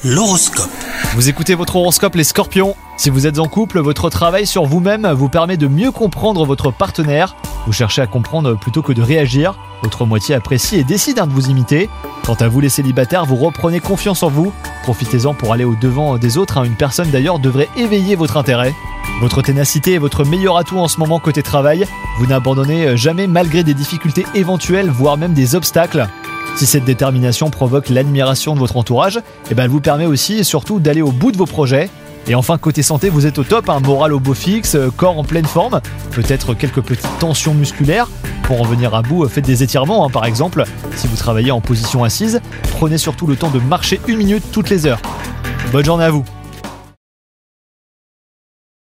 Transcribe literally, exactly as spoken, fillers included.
L'horoscope. Vous écoutez votre horoscope les scorpions. Si vous êtes en couple, votre travail sur vous-même vous permet de mieux comprendre votre partenaire. Vous cherchez à comprendre plutôt que de réagir. Votre moitié apprécie et décide hein, de vous imiter. Quant à vous les célibataires, vous reprenez confiance en vous. Profitez-en pour aller au-devant des autres. Hein. Une personne d'ailleurs devrait éveiller votre intérêt. Votre ténacité est votre meilleur atout en ce moment côté travail. Vous n'abandonnez jamais malgré des difficultés éventuelles, voire même des obstacles. Si cette détermination provoque l'admiration de votre entourage, eh ben elle vous permet aussi et surtout d'aller au bout de vos projets. Et enfin, côté santé, vous êtes au top, un moral au beau fixe, corps en pleine forme, peut-être quelques petites tensions musculaires. Pour en venir à bout, faites des étirements hein, par exemple. Si vous travaillez en position assise, prenez surtout le temps de marcher une minute toutes les heures. Bonne journée à vous.